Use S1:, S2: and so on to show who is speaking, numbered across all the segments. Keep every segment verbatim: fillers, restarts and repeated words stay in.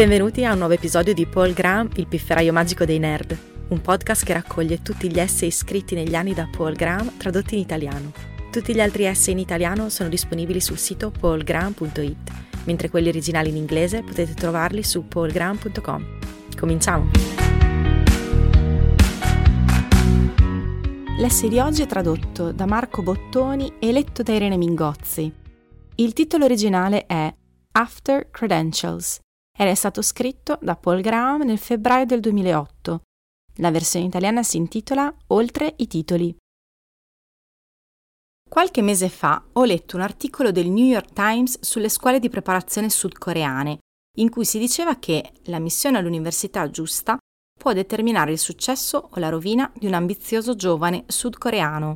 S1: Benvenuti a un nuovo episodio di Paul Graham, il pifferaio magico dei nerd, un podcast che raccoglie tutti gli essay scritti negli anni da Paul Graham tradotti in italiano. Tutti gli altri essay in italiano sono disponibili sul sito paul graham punto it, mentre quelli originali in inglese potete trovarli su paul graham punto com. Cominciamo! L'essay di oggi è tradotto da Marco Bottoni e letto da Irene Mingozzi. Il titolo originale è After Credentials ed è stato scritto da Paul Graham nel febbraio del duemilaotto. La versione italiana si intitola Oltre i titoli. Qualche mese fa ho letto un articolo del New York Times sulle scuole di preparazione sudcoreane, in cui si diceva che l'ammissione all'università giusta può determinare il successo o la rovina di un ambizioso giovane sudcoreano.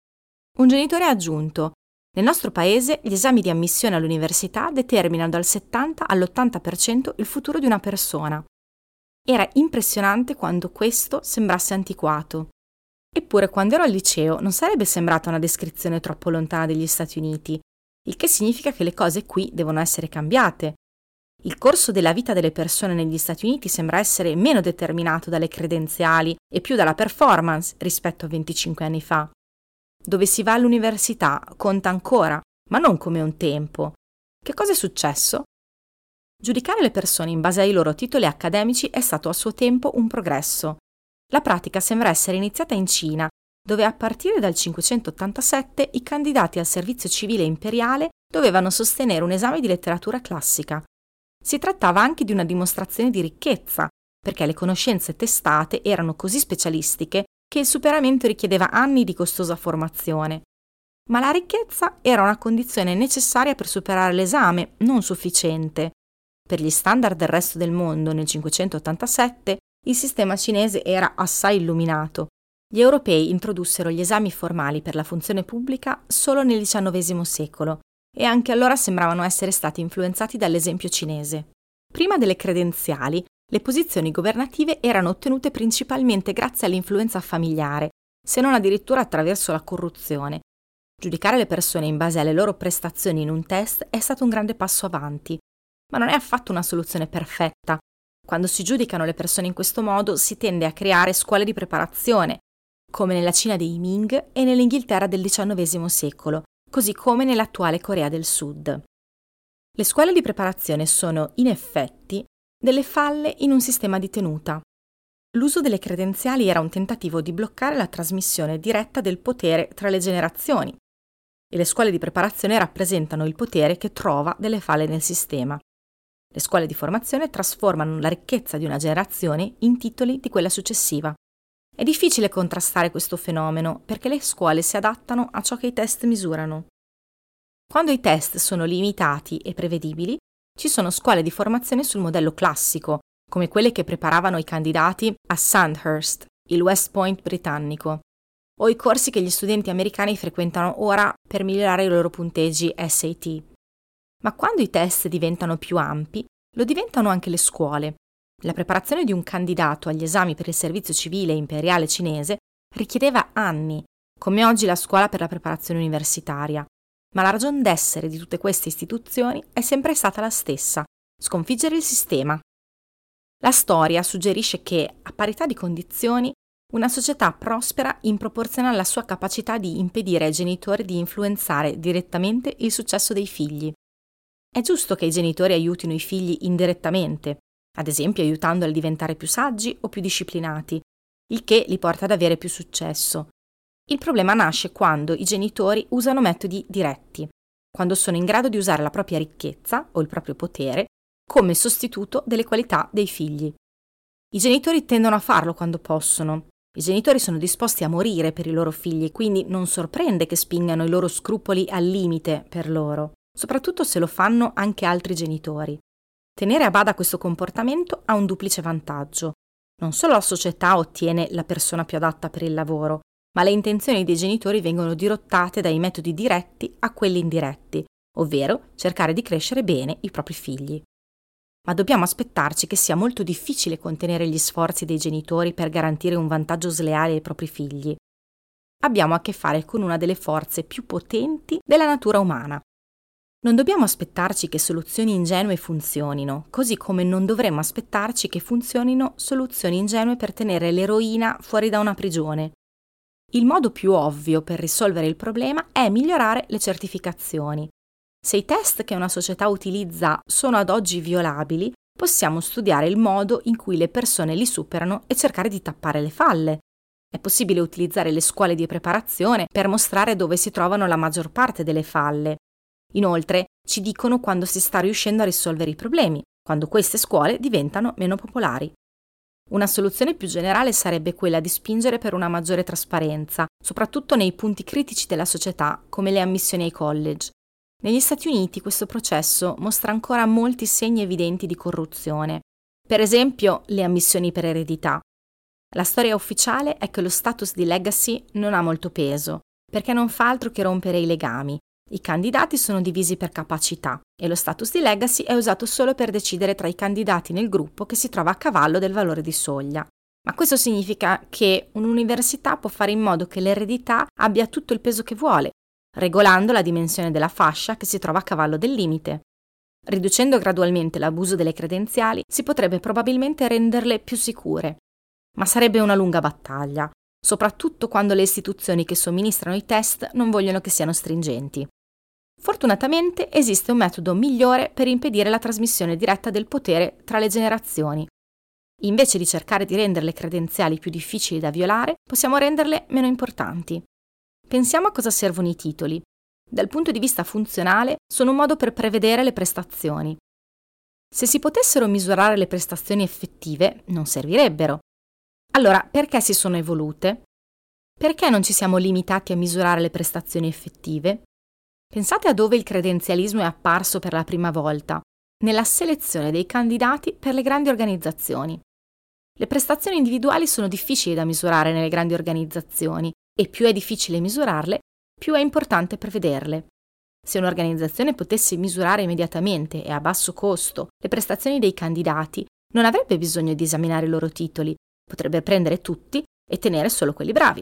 S1: Un genitore ha aggiunto: nel nostro paese gli esami di ammissione all'università determinano dal settanta all'ottanta per cento il futuro di una persona. Era impressionante quanto questo sembrasse antiquato. Eppure quando ero al liceo non sarebbe sembrata una descrizione troppo lontana degli Stati Uniti, il che significa che le cose qui devono essere cambiate. Il corso della vita delle persone negli Stati Uniti sembra essere meno determinato dalle credenziali e più dalla performance rispetto a venticinque anni fa. Dove si va all'università conta ancora, ma non come un tempo. Che cosa è successo? Giudicare le persone in base ai loro titoli accademici è stato a suo tempo un progresso. La pratica sembra essere iniziata in Cina, dove a partire dal cinquecentottantasette i candidati al servizio civile imperiale dovevano sostenere un esame di letteratura classica. Si trattava anche di una dimostrazione di ricchezza, perché le conoscenze testate erano così specialistiche che il superamento richiedeva anni di costosa formazione. Ma la ricchezza era una condizione necessaria per superare l'esame, non sufficiente. Per gli standard del resto del mondo, nel cinquecentottantasette, il sistema cinese era assai illuminato. Gli europei introdussero gli esami formali per la funzione pubblica solo nel diciannovesimo secolo, e anche allora sembravano essere stati influenzati dall'esempio cinese. Prima delle credenziali, le posizioni governative erano ottenute principalmente grazie all'influenza familiare, se non addirittura attraverso la corruzione. Giudicare le persone in base alle loro prestazioni in un test è stato un grande passo avanti, ma non è affatto una soluzione perfetta. Quando si giudicano le persone in questo modo si tende a creare scuole di preparazione, come nella Cina dei Ming e nell'Inghilterra del diciannovesimo secolo, così come nell'attuale Corea del Sud. Le scuole di preparazione sono, in effetti, delle falle in un sistema di tenuta. L'uso delle credenziali era un tentativo di bloccare la trasmissione diretta del potere tra le generazioni, e le scuole di preparazione rappresentano il potere che trova delle falle nel sistema. Le scuole di formazione trasformano la ricchezza di una generazione in titoli di quella successiva. È difficile contrastare questo fenomeno perché le scuole si adattano a ciò che i test misurano. Quando i test sono limitati e prevedibili, ci sono scuole di formazione sul modello classico, come quelle che preparavano i candidati a Sandhurst, il West Point britannico, o i corsi che gli studenti americani frequentano ora per migliorare i loro punteggi S A T. Ma quando i test diventano più ampi, lo diventano anche le scuole. La preparazione di un candidato agli esami per il servizio civile imperiale cinese richiedeva anni, come oggi la scuola per la preparazione universitaria. Ma la ragion d'essere di tutte queste istituzioni è sempre stata la stessa: sconfiggere il sistema. La storia suggerisce che, a parità di condizioni, una società prospera in proporzione alla sua capacità di impedire ai genitori di influenzare direttamente il successo dei figli. È giusto che i genitori aiutino i figli indirettamente, ad esempio aiutandoli a diventare più saggi o più disciplinati, il che li porta ad avere più successo. Il problema nasce quando i genitori usano metodi diretti, quando sono in grado di usare la propria ricchezza o il proprio potere come sostituto delle qualità dei figli. I genitori tendono a farlo quando possono. I genitori sono disposti a morire per i loro figli, quindi non sorprende che spingano i loro scrupoli al limite per loro, soprattutto se lo fanno anche altri genitori. Tenere a bada questo comportamento ha un duplice vantaggio. Non solo la società ottiene la persona più adatta per il lavoro, ma le intenzioni dei genitori vengono dirottate dai metodi diretti a quelli indiretti, ovvero cercare di crescere bene i propri figli. Ma dobbiamo aspettarci che sia molto difficile contenere gli sforzi dei genitori per garantire un vantaggio sleale ai propri figli. Abbiamo a che fare con una delle forze più potenti della natura umana. Non dobbiamo aspettarci che soluzioni ingenue funzionino, così come non dovremmo aspettarci che funzionino soluzioni ingenue per tenere l'eroina fuori da una prigione. Il modo più ovvio per risolvere il problema è migliorare le certificazioni. Se i test che una società utilizza sono ad oggi violabili, possiamo studiare il modo in cui le persone li superano e cercare di tappare le falle. È possibile utilizzare le scuole di preparazione per mostrare dove si trovano la maggior parte delle falle. Inoltre, ci dicono quando si sta riuscendo a risolvere i problemi, quando queste scuole diventano meno popolari. Una soluzione più generale sarebbe quella di spingere per una maggiore trasparenza, soprattutto nei punti critici della società, come le ammissioni ai college. Negli Stati Uniti questo processo mostra ancora molti segni evidenti di corruzione. Per esempio, le ammissioni per eredità. La storia ufficiale è che lo status di legacy non ha molto peso, perché non fa altro che rompere i legami. I candidati sono divisi per capacità e lo status di legacy è usato solo per decidere tra i candidati nel gruppo che si trova a cavallo del valore di soglia. Ma questo significa che un'università può fare in modo che l'eredità abbia tutto il peso che vuole, regolando la dimensione della fascia che si trova a cavallo del limite. Riducendo gradualmente l'abuso delle credenziali, si potrebbe probabilmente renderle più sicure. Ma sarebbe una lunga battaglia, soprattutto quando le istituzioni che somministrano i test non vogliono che siano stringenti. Fortunatamente esiste un metodo migliore per impedire la trasmissione diretta del potere tra le generazioni. Invece di cercare di rendere le credenziali più difficili da violare, possiamo renderle meno importanti. Pensiamo a cosa servono i titoli. Dal punto di vista funzionale, sono un modo per prevedere le prestazioni. Se si potessero misurare le prestazioni effettive, non servirebbero. Allora, perché si sono evolute? Perché non ci siamo limitati a misurare le prestazioni effettive? Pensate a dove il credenzialismo è apparso per la prima volta, nella selezione dei candidati per le grandi organizzazioni. Le prestazioni individuali sono difficili da misurare nelle grandi organizzazioni e più è difficile misurarle, più è importante prevederle. Se un'organizzazione potesse misurare immediatamente e a basso costo le prestazioni dei candidati, non avrebbe bisogno di esaminare i loro titoli, potrebbe prendere tutti e tenere solo quelli bravi.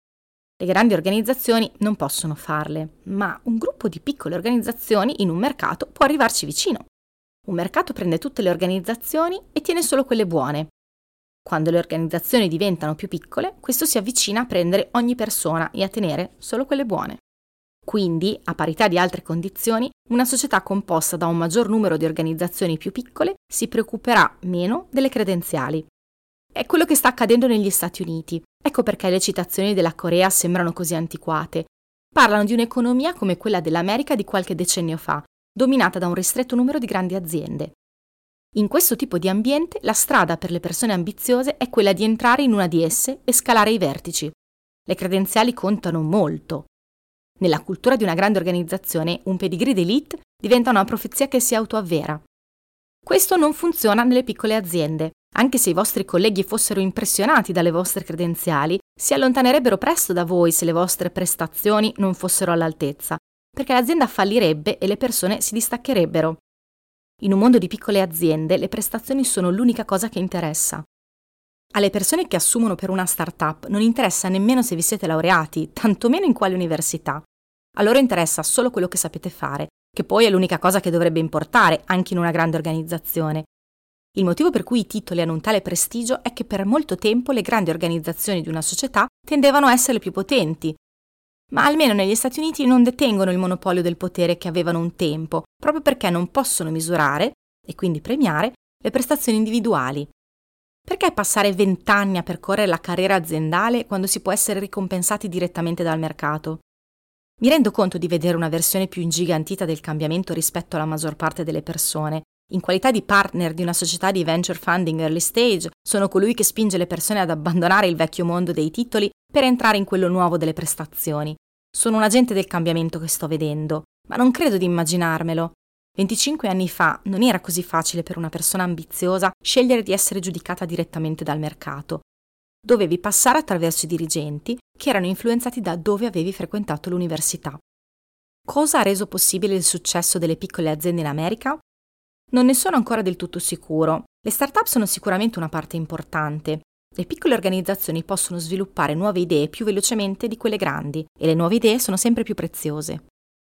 S1: Le grandi organizzazioni non possono farle, ma un gruppo di piccole organizzazioni in un mercato può arrivarci vicino. Un mercato prende tutte le organizzazioni e tiene solo quelle buone. Quando le organizzazioni diventano più piccole, questo si avvicina a prendere ogni persona e a tenere solo quelle buone. Quindi, a parità di altre condizioni, una società composta da un maggior numero di organizzazioni più piccole si preoccuperà meno delle credenziali. È quello che sta accadendo negli Stati Uniti. Ecco perché le citazioni della Corea sembrano così antiquate. Parlano di un'economia come quella dell'America di qualche decennio fa, dominata da un ristretto numero di grandi aziende. In questo tipo di ambiente, la strada per le persone ambiziose è quella di entrare in una di esse e scalare i vertici. Le credenziali contano molto. Nella cultura di una grande organizzazione, un pedigree d'élite diventa una profezia che si autoavvera. Questo non funziona nelle piccole aziende. Anche se i vostri colleghi fossero impressionati dalle vostre credenziali, si allontanerebbero presto da voi se le vostre prestazioni non fossero all'altezza, perché l'azienda fallirebbe e le persone si distaccherebbero. In un mondo di piccole aziende, le prestazioni sono l'unica cosa che interessa. Alle persone che assumono per una startup non interessa nemmeno se vi siete laureati, tantomeno in quale università. A loro interessa solo quello che sapete fare, che poi è l'unica cosa che dovrebbe importare anche in una grande organizzazione. Il motivo per cui i titoli hanno un tale prestigio è che per molto tempo le grandi organizzazioni di una società tendevano a essere le più potenti, ma almeno negli Stati Uniti non detengono il monopolio del potere che avevano un tempo, proprio perché non possono misurare, e quindi premiare, le prestazioni individuali. Perché passare vent'anni a percorrere la carriera aziendale quando si può essere ricompensati direttamente dal mercato? Mi rendo conto di vedere una versione più ingigantita del cambiamento rispetto alla maggior parte delle persone. In qualità di partner di una società di venture funding early stage, sono colui che spinge le persone ad abbandonare il vecchio mondo dei titoli per entrare in quello nuovo delle prestazioni. Sono un agente del cambiamento che sto vedendo, ma non credo di immaginarmelo. venticinque anni fa non era così facile per una persona ambiziosa scegliere di essere giudicata direttamente dal mercato. Dovevi passare attraverso i dirigenti che erano influenzati da dove avevi frequentato l'università. Cosa ha reso possibile il successo delle piccole aziende in America? Non ne sono ancora del tutto sicuro. Le start-up sono sicuramente una parte importante. Le piccole organizzazioni possono sviluppare nuove idee più velocemente di quelle grandi e le nuove idee sono sempre più preziose.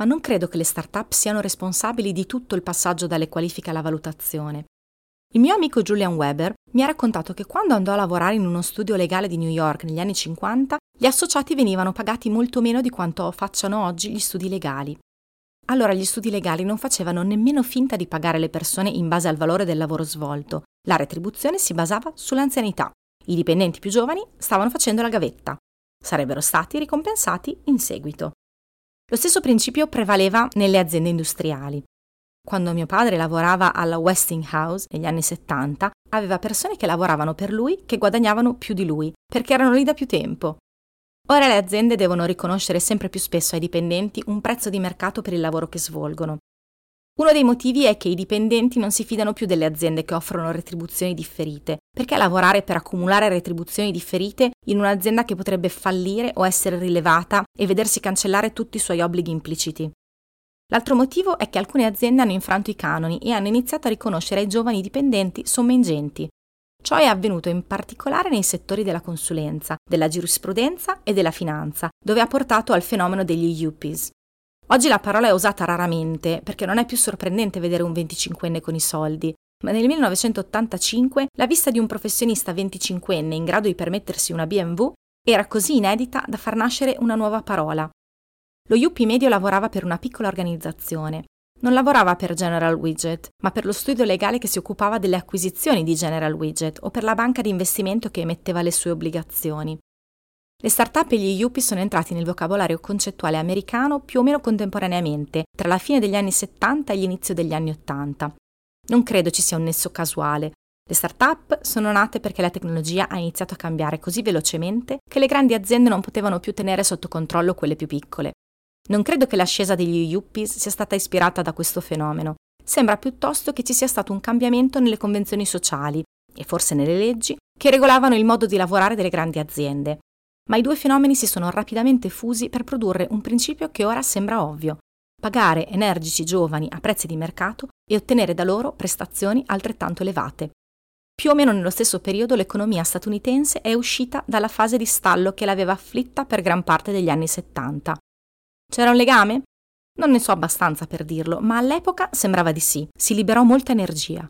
S1: ma non credo che le start-up siano responsabili di tutto il passaggio dalle qualifiche alla valutazione. Il mio amico Julian Weber mi ha raccontato che quando andò a lavorare in uno studio legale di New York negli anni cinquanta, gli associati venivano pagati molto meno di quanto facciano oggi gli studi legali. Allora gli studi legali non facevano nemmeno finta di pagare le persone in base al valore del lavoro svolto. La retribuzione si basava sull'anzianità. I dipendenti più giovani stavano facendo la gavetta. Sarebbero stati ricompensati in seguito. Lo stesso principio prevaleva nelle aziende industriali. Quando mio padre lavorava alla Westinghouse negli anni settanta, aveva persone che lavoravano per lui che guadagnavano più di lui, perché erano lì da più tempo. Ora le aziende devono riconoscere sempre più spesso ai dipendenti un prezzo di mercato per il lavoro che svolgono. Uno dei motivi è che i dipendenti non si fidano più delle aziende che offrono retribuzioni differite. Perché lavorare per accumulare retribuzioni differite in un'azienda che potrebbe fallire o essere rilevata e vedersi cancellare tutti i suoi obblighi impliciti? L'altro motivo è che alcune aziende hanno infranto i canoni e hanno iniziato a riconoscere ai giovani dipendenti somme ingenti. Ciò è avvenuto in particolare nei settori della consulenza, della giurisprudenza e della finanza, dove ha portato al fenomeno degli yuppies. Oggi la parola è usata raramente perché non è più sorprendente vedere un venticinquenne con i soldi, ma nel millenovecentottantacinque la vista di un professionista venticinquenne in grado di permettersi una B M W era così inedita da far nascere una nuova parola. Lo yuppie medio lavorava per una piccola organizzazione. Non lavorava per General Widget, ma per lo studio legale che si occupava delle acquisizioni di General Widget o per la banca di investimento che emetteva le sue obbligazioni. Le start-up e gli yuppie sono entrati nel vocabolario concettuale americano più o meno contemporaneamente, tra la fine degli anni settanta e l'inizio degli anni ottanta. Non credo ci sia un nesso casuale. Le start-up sono nate perché la tecnologia ha iniziato a cambiare così velocemente che le grandi aziende non potevano più tenere sotto controllo quelle più piccole. Non credo che l'ascesa degli yuppies sia stata ispirata da questo fenomeno. Sembra piuttosto che ci sia stato un cambiamento nelle convenzioni sociali, e forse nelle leggi, che regolavano il modo di lavorare delle grandi aziende. Ma i due fenomeni si sono rapidamente fusi per produrre un principio che ora sembra ovvio: pagare energici giovani a prezzi di mercato e ottenere da loro prestazioni altrettanto elevate. Più o meno nello stesso periodo l'economia statunitense è uscita dalla fase di stallo che l'aveva afflitta per gran parte degli anni settanta. C'era un legame? Non ne so abbastanza per dirlo, ma all'epoca sembrava di sì, si liberò molta energia.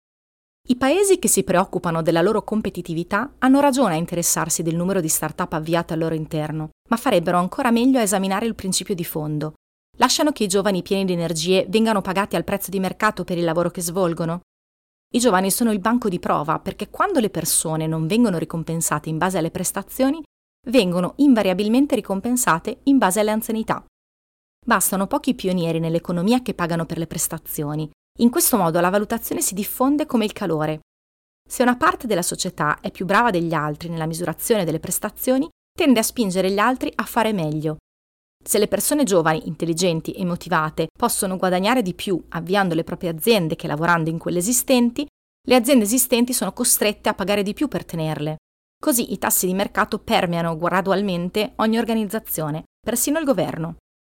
S1: I paesi che si preoccupano della loro competitività hanno ragione a interessarsi del numero di start-up avviate al loro interno, ma farebbero ancora meglio a esaminare il principio di fondo. Lasciano che i giovani pieni di energie vengano pagati al prezzo di mercato per il lavoro che svolgono? I giovani sono il banco di prova perché quando le persone non vengono ricompensate in base alle prestazioni, vengono invariabilmente ricompensate in base alle anzianità. Bastano pochi pionieri nell'economia che pagano per le prestazioni. In questo modo la valutazione si diffonde come il calore. Se una parte della società è più brava degli altri nella misurazione delle prestazioni, tende a spingere gli altri a fare meglio. Se le persone giovani, intelligenti e motivate possono guadagnare di più avviando le proprie aziende che lavorando in quelle esistenti, le aziende esistenti sono costrette a pagare di più per tenerle. Così i tassi di mercato permeano gradualmente ogni organizzazione, persino il governo.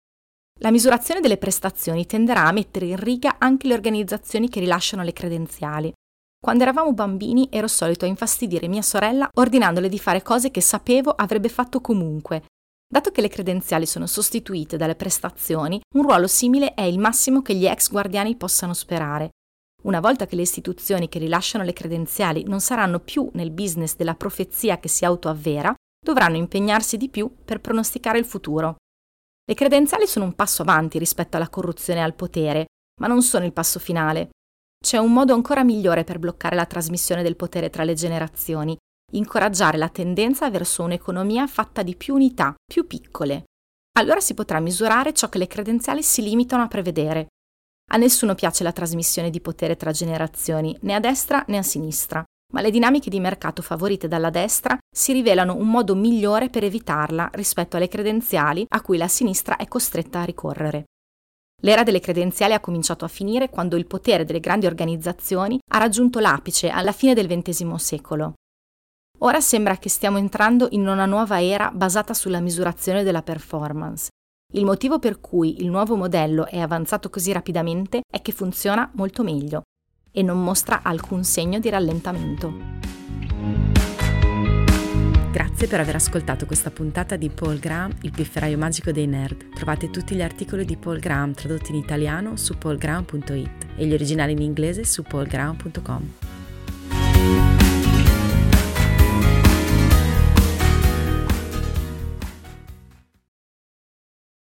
S1: La misurazione delle prestazioni tenderà a mettere in riga anche le organizzazioni che rilasciano le credenziali. Quando eravamo bambini ero solito a infastidire mia sorella ordinandole di fare cose che sapevo avrebbe fatto comunque. Dato che le credenziali sono sostituite dalle prestazioni, un ruolo simile è il massimo che gli ex guardiani possano sperare. Una volta che le istituzioni che rilasciano le credenziali non saranno più nel business della profezia che si autoavvera, dovranno impegnarsi di più per pronosticare il futuro. Le credenziali sono un passo avanti rispetto alla corruzione e al potere, ma non sono il passo finale. C'è un modo ancora migliore per bloccare la trasmissione del potere tra le generazioni: incoraggiare la tendenza verso un'economia fatta di più unità, più piccole. Allora si potrà misurare ciò che le credenziali si limitano a prevedere. A nessuno piace la trasmissione di potere tra generazioni, né a destra né a sinistra, ma le dinamiche di mercato favorite dalla destra si rivelano un modo migliore per evitarla rispetto alle credenziali a cui la sinistra è costretta a ricorrere. L'era delle credenziali ha cominciato a finire quando il potere delle grandi organizzazioni ha raggiunto l'apice alla fine del ventesimo secolo. Ora sembra che stiamo entrando in una nuova era basata sulla misurazione della performance. Il motivo per cui il nuovo modello è avanzato così rapidamente è che funziona molto meglio e non mostra alcun segno di rallentamento. Grazie per aver ascoltato questa puntata di Paul Graham, il pifferaio magico dei nerd. Trovate tutti gli articoli di Paul Graham tradotti in italiano su paul graham punto it e gli originali in inglese su paul graham punto com.